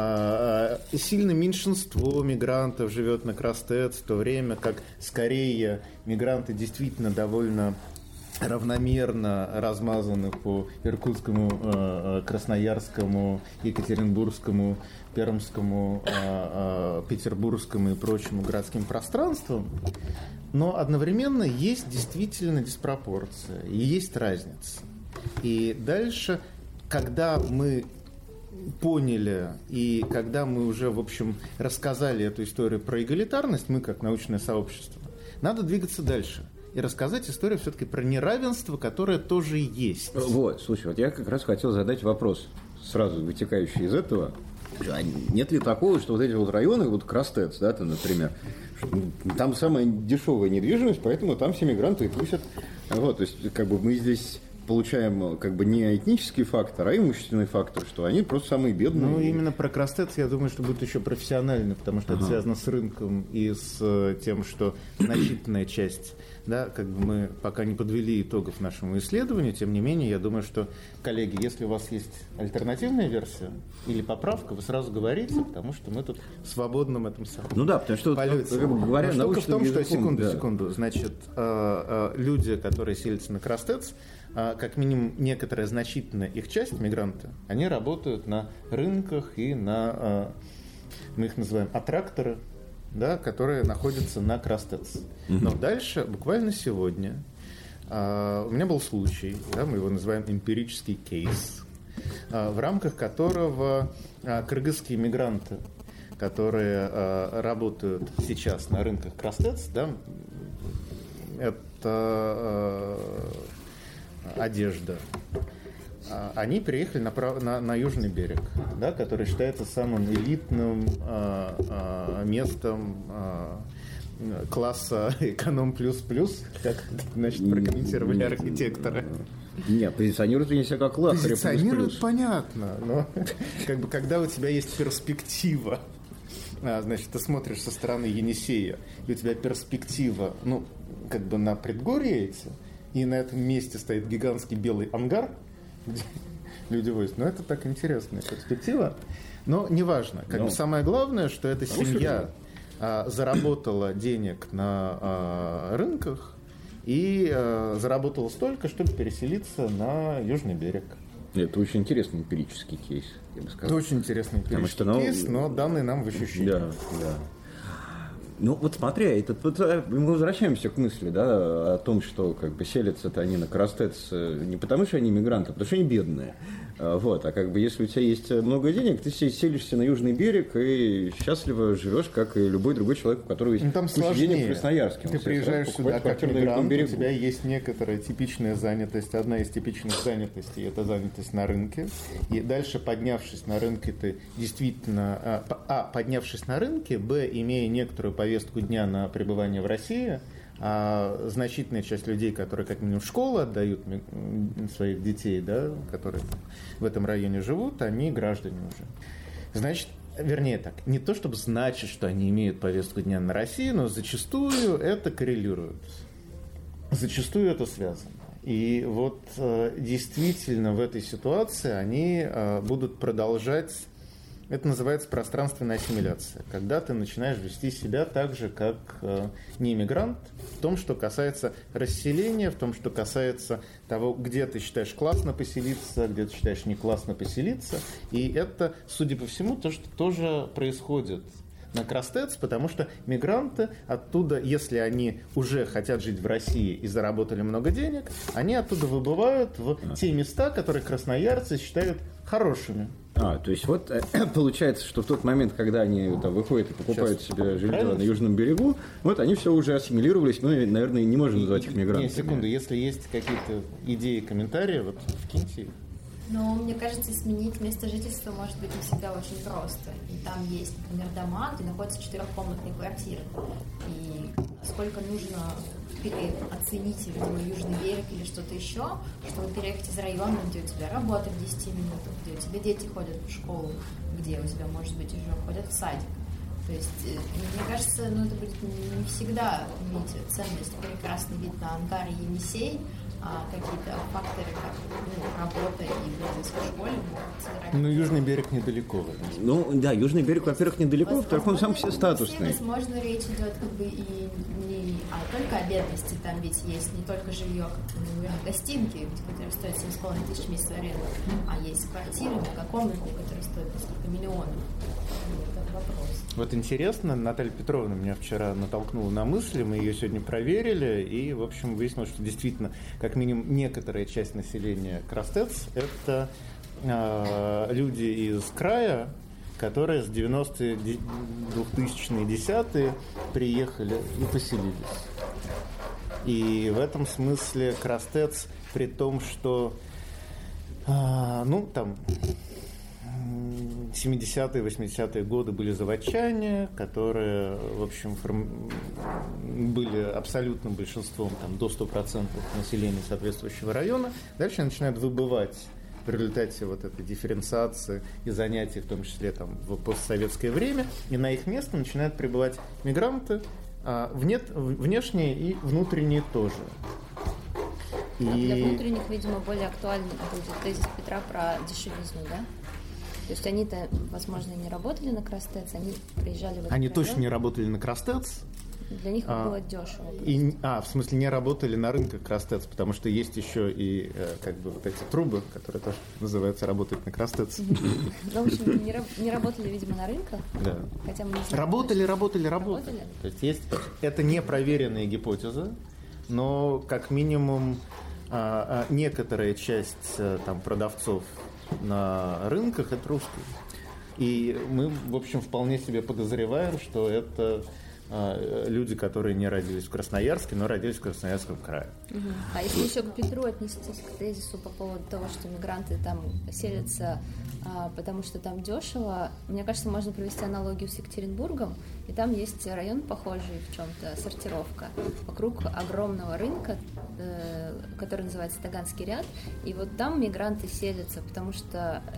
а сильно меньшинство мигрантов живет на Крастец, в то время как скорее мигранты действительно довольно равномерно размазаны по Иркутскому, Красноярскому, Екатеринбургскому, Пермскому, Петербургскому и прочему городским пространствам, но одновременно есть действительно диспропорция, и есть разница. И дальше, когда мы поняли, и когда мы уже, в общем, рассказали эту историю про эгалитарность, мы как научное сообщество, надо двигаться дальше и рассказать историю все-таки про неравенство, которое тоже есть. Вот, слушай, вот я как раз хотел задать вопрос, сразу вытекающий из этого. А нет ли такого, что вот эти вот районы, вот Крастец, да, там, например, там самая дешевая недвижимость, поэтому там все мигранты и тусят. Вот, то есть, как бы мы здесь получаем как бы не этнический фактор, а имущественный фактор, что они просто самые бедные. Ну, именно про Крастец, я думаю, что будет еще профессионально, потому что ага. это связано с рынком и с тем, что значительная часть, да, как бы мы пока не подвели итогов нашему исследованию, тем не менее, я думаю, что, коллеги, если у вас есть альтернативная версия или поправка, вы сразу говорите, потому что мы тут в свободном этом самом. Ну да, потому что, полете. Как бы говоря, но штука в том, языком, что, секунду, да. секунду, значит, люди, которые селятся на Крастец, как минимум некоторая значительная их часть, мигранты, они работают на рынках и на, мы их называем аттракторы, да, которые находятся на Крастец. Но mm-hmm. дальше, буквально сегодня, у меня был случай, да, мы его называем эмпирический кейс, в рамках которого кыргызские мигранты, которые работают сейчас на рынках Крастец, да, это одежда, они приехали на, на, на Южный берег, да, который считается самым элитным а, а, местом а, класса эконом плюс-плюс, как, значит, прокомментировали архитекторы. Нет, позиционируют они себя как лахари. Позиционируют, понятно, но как бы, когда у тебя есть перспектива, а, значит, ты смотришь со стороны Енисея, и у тебя перспектива, ну, как бы на предгорье эти, и на этом месте стоит гигантский белый ангар, где люди возят. Но это так интересная перспектива. Но неважно. Как Но. бы самое главное, что эта семья а, заработала денег на а, рынках и а, заработала столько, чтобы переселиться на Южный берег. Это очень интересный эмпирический кейс, я бы сказал. Это очень интересный эмпирический что, ну, кейс, но данный нам в ощущении. Да, да. Ну, вот смотри, этот, вот, мы возвращаемся к мысли, да, о том, что как бы селятся-то они на Крастец не потому, что они мигранты, а потому что они бедные. Вот, а как бы если у тебя есть много денег, ты селишься на Южный берег и счастливо живешь, как и любой другой человек, у которого есть ну, там куча денег в Красноярске. Ты приезжаешь сюда как мигрант, у тебя есть некоторая типичная занятость. Одна из типичных занятостей – это занятость на рынке. И дальше, поднявшись на рынке, ты действительно… А, поднявшись на рынке, б, имея некоторую повестку дня на пребывание в России, а значительная часть людей, которые как минимум в школу отдают своих детей, да, которые в этом районе живут, они граждане уже. Значит, вернее так, не то чтобы значит, что они имеют повестку дня на Россию, но зачастую это коррелирует. Зачастую это связано. И вот действительно в этой ситуации они будут продолжать. Это называется пространственная ассимиляция, когда ты начинаешь вести себя так же, как э, неиммигрант, в том, что касается расселения, в том, что касается того, где ты считаешь классно поселиться, где ты считаешь не классно поселиться. И это, судя по всему, то, что тоже происходит на Крастец, потому что мигранты оттуда, если они уже хотят жить в России и заработали много денег, они оттуда выбывают в те места, которые красноярцы считают хорошими. А, то есть вот получается, что в тот момент, когда они там выходят и покупают Сейчас. себе жилье Правильно? на Южном берегу, вот они все уже ассимилировались, мы, наверное, не можем назвать их мигрантами. Нет, секунду, если есть какие-то идеи, комментарии, вот вкиньте. Но мне кажется, сменить место жительства может быть не всегда очень просто. И там есть, например, дома, где находятся четырехкомнатные квартиры. И сколько нужно оценить, видимо, Южный берег или что-то еще, чтобы переехать из района, где у тебя работа в десяти минутах, где у тебя дети ходят в школу, где у тебя, может быть, уже ходят в садик. То есть, мне кажется, ну, это будет не всегда иметь ценность, прекрасный вид на Ангар и Енисей, а какие-то факторы, как ну, работа и близость к школе. Ну, Южный берег недалеко. Ну, да, Южный берег, во-первых, недалеко, во-вторых, он сам все статусный. Возможно, речь идет как бы и не а только о бедности, там ведь есть не только жилье, как, например, гостинки, которые стоят семь с половиной тысяч месяц аренды, а есть квартиры, многокомнатные, которые стоят несколько миллионов. Это вопрос. Вот интересно, Наталья Петровна меня вчера натолкнула на мысли, мы ее сегодня проверили, и, в общем, выяснилось, что действительно, как минимум, некоторая часть населения Крастец – это э, люди из края, которые с девяностые, двухтысячные, десятые приехали и поселились. И в этом смысле Крастец, при том, что, э, ну, там… семидесятые, восьмидесятые годы были заводчане, которые, в общем, форм... были абсолютным большинством, там, до ста процентов населения соответствующего района. Дальше начинают выбывать в результате вот этой дифференциации и занятий, в том числе там, в постсоветское время, и на их место начинают прибывать мигранты, а вне... внешние и внутренние тоже. И... Для внутренних, видимо, более актуальный будет тезис Петра про дешевизну, да? То есть они-то, возможно, не работали на Крастец, они приезжали в этот Они район. точно не работали на Крастец. Для них а, было дешево. И, а, в смысле, не работали на рынках Крастец, потому что есть еще и как бы вот эти трубы, которые тоже называются «работать на Крастец». В общем, не работали, видимо, на рынках. Да. Хотя мы не знаем. Работали, работали, работали. То есть есть это непроверенная гипотеза, но как минимум некоторая часть там продавцов на рынках это русские. И мы, в общем, вполне себе подозреваем, что это э, люди, которые не родились в Красноярске, но родились в Красноярском крае. Угу. А если еще к Петру отнестись к тезису по поводу того, что мигранты там селятся, а, потому что там дешево, мне кажется, можно провести аналогию с Екатеринбургом, и там есть район похожий в чем-то, сортировка, вокруг огромного рынка, э, который называется Таганский ряд, и вот там мигранты селятся, потому что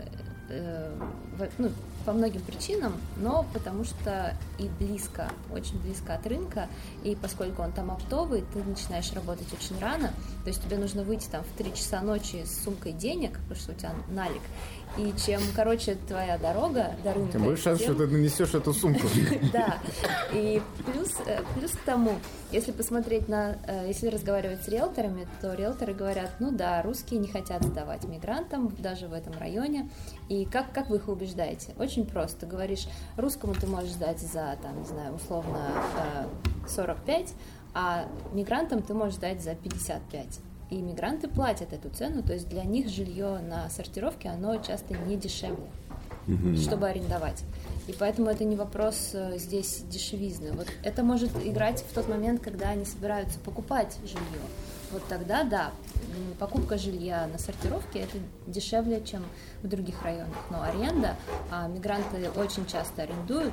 э, в, ну, по многим причинам, но потому что и близко, очень близко от рынка, и поскольку он там оптовый, ты начинаешь работать очень рано, то есть тебе нужно выйти там в три часа ночи с сумкой денег, потому что у тебя налик, и чем короче твоя дорога до рынка, тем больше шанс, что ты нанесешь эту сумку. Да, и плюс, плюс к тому, если посмотреть на, если разговаривать с риэлторами, то риэлторы говорят, ну да, русские не хотят сдавать мигрантам, даже в этом районе, и как, как вы их убеждаете? Очень просто, ты говоришь, русскому ты можешь сдать за, там, не знаю, условно сорок пять, а мигрантам ты можешь сдать за пятьдесят пять. И мигранты платят эту цену, то есть для них жилье на сортировке, оно часто не дешевле, mm-hmm. чтобы арендовать. И поэтому это не вопрос здесь дешевизны. Вот это может играть в тот момент, когда они собираются покупать жилье. Вот тогда, да, покупка жилья на сортировке это дешевле, чем в других районах. Но аренда, а мигранты очень часто арендуют,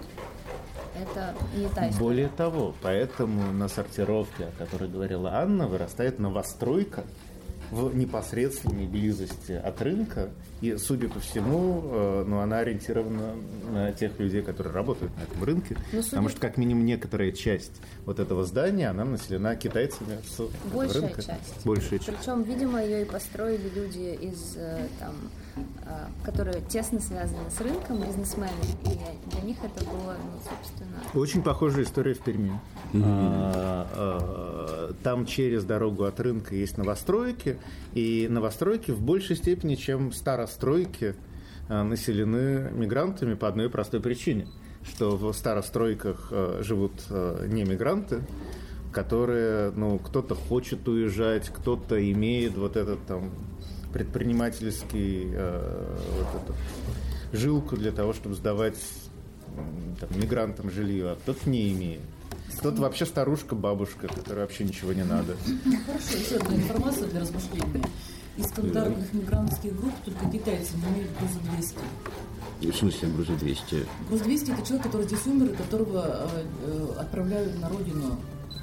это не та история. Более того, поэтому на сортировке, о которой говорила Анна, вырастает новостройка в непосредственной близости от рынка. И, судя по всему, э, ну, она ориентирована на тех людей, которые работают на этом рынке. Ну, потому что, как минимум, некоторая часть вот этого здания, она населена китайцами с Большая рынка. часть. Большая часть. Причем, видимо, ее и построили люди, из, там, которые тесно связаны с рынком, бизнесмены. И для них это было, ну, собственно... Очень похожая история в Перми. Mm-hmm. А, а, там через дорогу от рынка есть новостройки, и новостройки в большей степени, чем старостройки, а, населены мигрантами по одной простой причине, что в старостройках а, живут а, не мигранты, которые, ну, кто-то хочет уезжать, кто-то имеет вот этот там предпринимательский а, вот этот, жилку для того, чтобы сдавать там, мигрантам жилье, а кто-то не имеет. Кто-то вообще старушка-бабушка, которой вообще ничего не надо. Хорошо, еще одна информация для размышления. Из стандартных мигрантских групп только китайцы не имеют груза двести. В смысле груза двести? Груз двести – это человек, который здесь умер, и которого э, отправляют на родину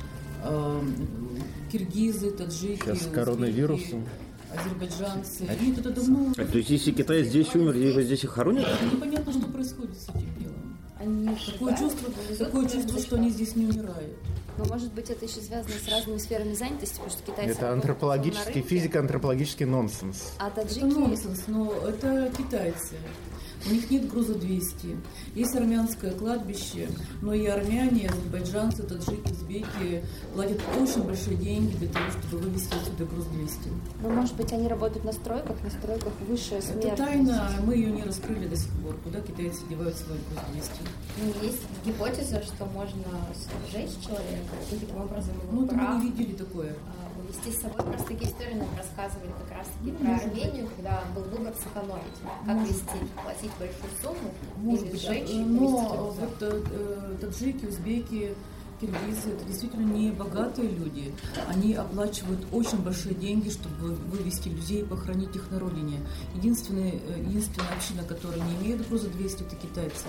э, киргизы, таджики, сейчас с коронавирусом. Азербайджанцы. А, Нет, это давно... а, то есть, если китаец здесь умер, его здесь и хоронят? Непонятно, что происходит с этим делом. Они такое чувство, такое чувство, что они здесь не умирают. Но, может быть, это еще связано с разными сферами занятости, потому что китайцы... Это антропологический, физико-антропологический нонсенс. А таджики... Это нонсенс, но это китайцы. У них нет груза двести. Есть армянское кладбище, но и армяне, и азербайджанцы, таджики, узбеки платят очень большие деньги для того, чтобы вывести отсюда груз двести. Ну, может быть, они работают на стройках, на стройках высшая смертность. Это тайна, мы ее не раскрыли до сих пор. Куда китайцы девают свой груз двести? Ну, есть гипотеза, что можно сжечь человека и таким образом его Ну, прав, мы не видели такое. увезти с собой. Просто такие истории нам рассказывали как раз-таки про Армению, когда был выбор сэкономить. Как Может везти, платить большую сумму Может или быть, сжечь. но вот э, таджики, узбеки, киргизы, это действительно не богатые люди. Они оплачивают очень большие деньги, чтобы вывести людей и похоронить их на родине. Единственная, единственная община, которая не имеет груза двести, это китайцы.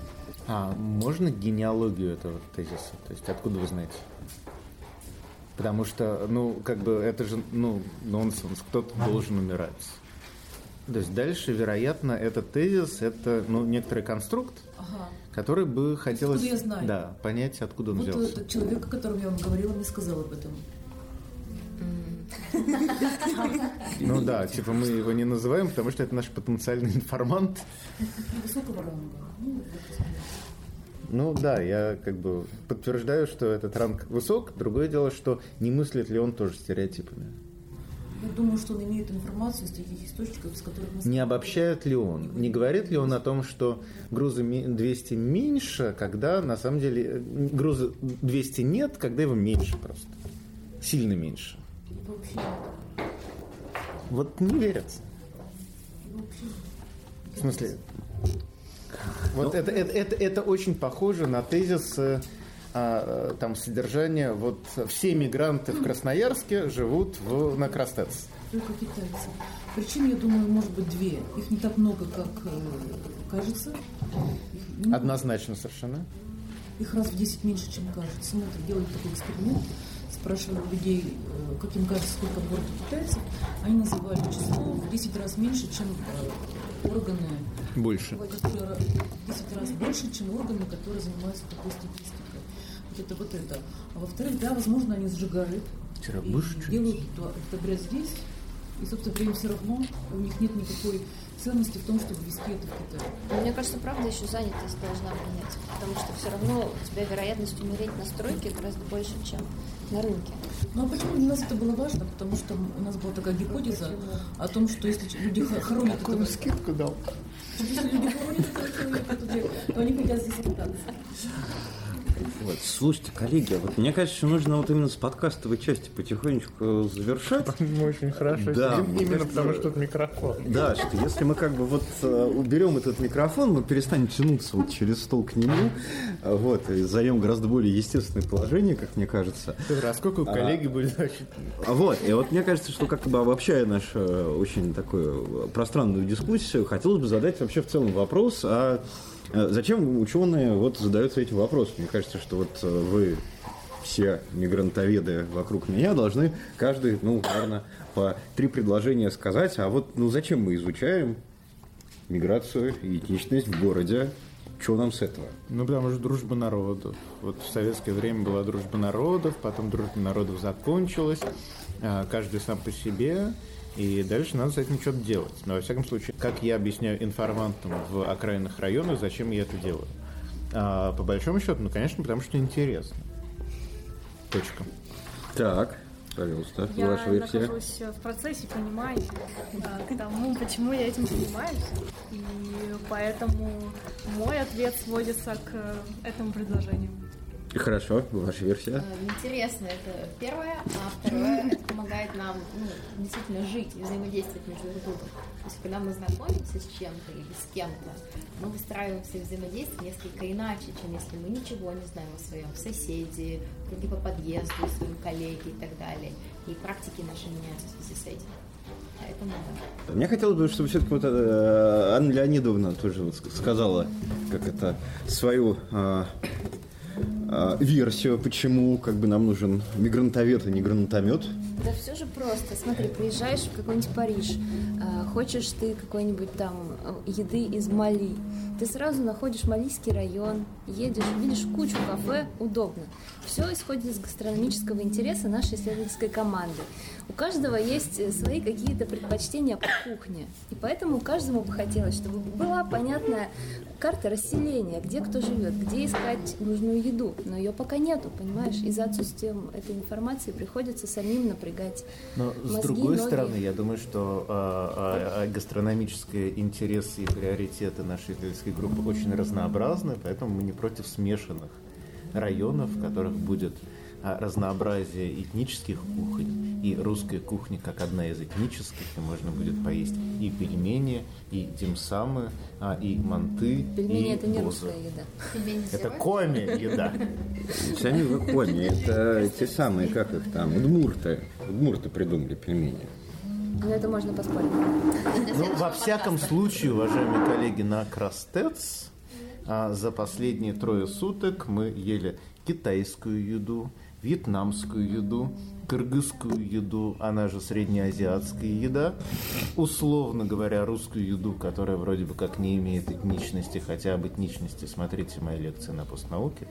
А можно генеалогию этого тезиса? То есть откуда вы знаете? Потому что, ну, как бы это же, ну, нонсенс, кто-то должен умирать. То есть дальше, вероятно, этот тезис, это, ну, некоторый конструкт, Ага. который бы хотелось, Откуда я знаю? да, понять, откуда он Вот взялся. этот человек, о котором я вам говорила, мне сказал об этом. Ну да, типа мы его не называем, потому что это наш потенциальный информант. Высокого ранга. Ну, вот. Ну да, я как бы подтверждаю, что этот ранг высок. Другое дело, что не мыслит ли он тоже стереотипами. Я думаю, что он имеет информацию из таких источников, из которых мы... Не обобщает ли он? Не говорит ли он о том, что груза двести меньше, когда на самом деле груза двести нет, когда его меньше просто? Сильно меньше. Вообще нет. Вот не верится. Вообще нет. В смысле? Вот это, это, это, это очень похоже на тезис а, там, содержания. Вот все мигранты в Красноярске живут в, на Крастец. Только китайцы. Причин, я думаю, может быть две. Их не так много, как э, кажется. Их, ну, Однозначно совершенно. Их раз в десять меньше, чем кажется. Мы так делали такой эксперимент. Спрашивали людей, э, как им кажется, сколько в городе китайцев. Они называли число в десять раз меньше, чем э, органы Больше. В десять раз больше, чем органы, которые занимаются такой статистикой. Вот это вот это. А во-вторых, да, возможно, они сжигают. Вчера И будешь делают этот обряд здесь. И, собственно говоря, им все равно, у них нет никакой ценности в том, чтобы вести это в Китае. Но мне кажется, правда, еще занятость должна меняться, потому что все равно у тебя вероятность умереть на стройке гораздо больше, чем на рынке. Ну а почему для нас это было важно? Потому что у нас была такая гипотеза о том, что если люди хоронят этого... скидку дал? Если люди хоронят этого человека, то они хотят здесь остаться. Вот. Слушайте, коллеги, вот мне кажется, что нужно вот именно с подкастовой части потихонечку завершать. Мы очень хорошо да, сидим, именно кажется, потому что тут микрофон. Да, что если мы как бы вот uh, уберем этот микрофон, мы перестанем тянуться вот через стол к нему, вот, и займем гораздо более естественное положение, как мне кажется. А сколько у коллеги а, будет значит? Вот, и вот мне кажется, что как бы обобщая нашу очень такую пространную дискуссию, хотелось бы задать вообще в целом вопрос о... Зачем ученые вот задаются этим вопросом? Мне кажется, что вот вы все мигрантоведы вокруг меня должны каждый, ну, наверное, по три предложения сказать, а вот, ну, зачем мы изучаем миграцию и этничность в городе? Что нам с этого? Ну, потому что дружба народов. Вот в советское время была дружба народов, потом дружба народов закончилась, каждый сам по себе. И дальше надо с этим что-то делать. Но, во всяком случае, как я объясняю информантам в окраинных районах, зачем я это делаю? А, по большому счету, ну, конечно, потому что интересно. Точка. Так, пожалуйста, я ваша версия. Я нахожусь в процессе понимания к тому, почему я этим занимаюсь. И поэтому мой ответ сводится к этому предложению. Хорошо, ваша версия. Интересно, это первое, а второе, это помогает нам ну, действительно жить и взаимодействовать между друг другом. То есть, когда мы знакомимся с чем-то или с кем-то, мы выстраиваем свои взаимодействия несколько иначе, чем если мы ничего не знаем о своем соседе, круге по подъезду, своем коллеге и так далее. И практики наши меняются в связи с этим. Поэтому да. Мне хотелось бы, чтобы все-таки вот э, Анна Леонидовна тоже вот сказала, как это, свою... Э, версию, почему как бы нам нужен мигрантовед, а не гранатомет. Да все же просто. Смотри, приезжаешь в какой-нибудь Париж, хочешь ты какой-нибудь там еды из Мали, ты сразу находишь малийский район, едешь, видишь кучу кафе, удобно. Все исходит из гастрономического интереса нашей исследовательской команды. У каждого есть свои какие-то предпочтения по кухне, и поэтому каждому бы хотелось, чтобы была понятная карта расселения, где кто живет, где искать нужную еду, но ее пока нету, понимаешь? Из-за отсутствия этой информации приходится самим напрягать но мозги, с другой ноги. стороны, я думаю, что а, а, гастрономические интересы и приоритеты нашей исследовательской группы очень разнообразны, поэтому мы не против смешанных районов, в которых будет разнообразие этнических кухонь и русская кухня как одна из этнических, и можно будет поесть и пельмени, и димсамы, и манты, пельмени и это не бозы. русская еда. Пельмени Это коми-еда. Сами вы коми, это те самые, как их там, удмурты. Удмурты придумали пельмени. Но это можно поспорить. Ну, во всяком случае, уважаемые коллеги, на Крастец за последние трое суток мы ели китайскую еду, вьетнамскую еду, кыргызскую еду, она же среднеазиатская еда, условно говоря, русскую еду, которая вроде бы как не имеет этничности, хотя об этничности смотрите мои лекции на постнауке.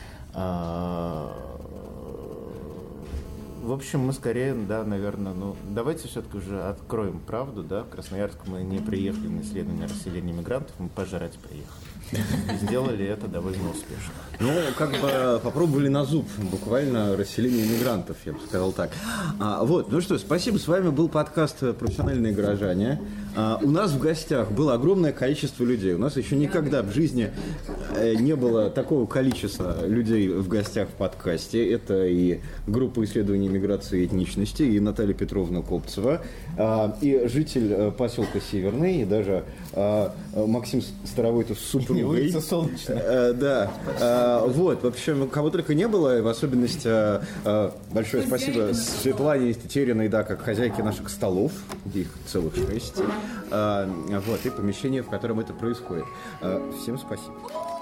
В общем, мы скорее, да, наверное, ну, давайте все-таки уже откроем правду, да, в Красноярск мы не приехали на исследование расселения мигрантов, мы пожрать приехали. И сделали это довольно успешно. Ну, как бы попробовали на зуб, буквально расселение мигрантов, я бы сказал так. А, вот, ну что, спасибо, с вами был подкаст «Профессиональные горожане». А, у нас в гостях было огромное количество людей. У нас еще никогда в жизни не было такого количества людей в гостях в подкасте. Это и группа исследований миграции и этничности, и Наталья Петровна Копцева, а, и житель поселка Северный, и даже а, Максим Старовойтов с супругой. Улица Солнечная. А, да. А, вот, в общем, кого только не было, в особенности а, а, большое спасибо Светлане Тетериной, да, как хозяйке наших столов, их целых шесть, а, вот, и помещение, в котором это происходит. А, всем спасибо.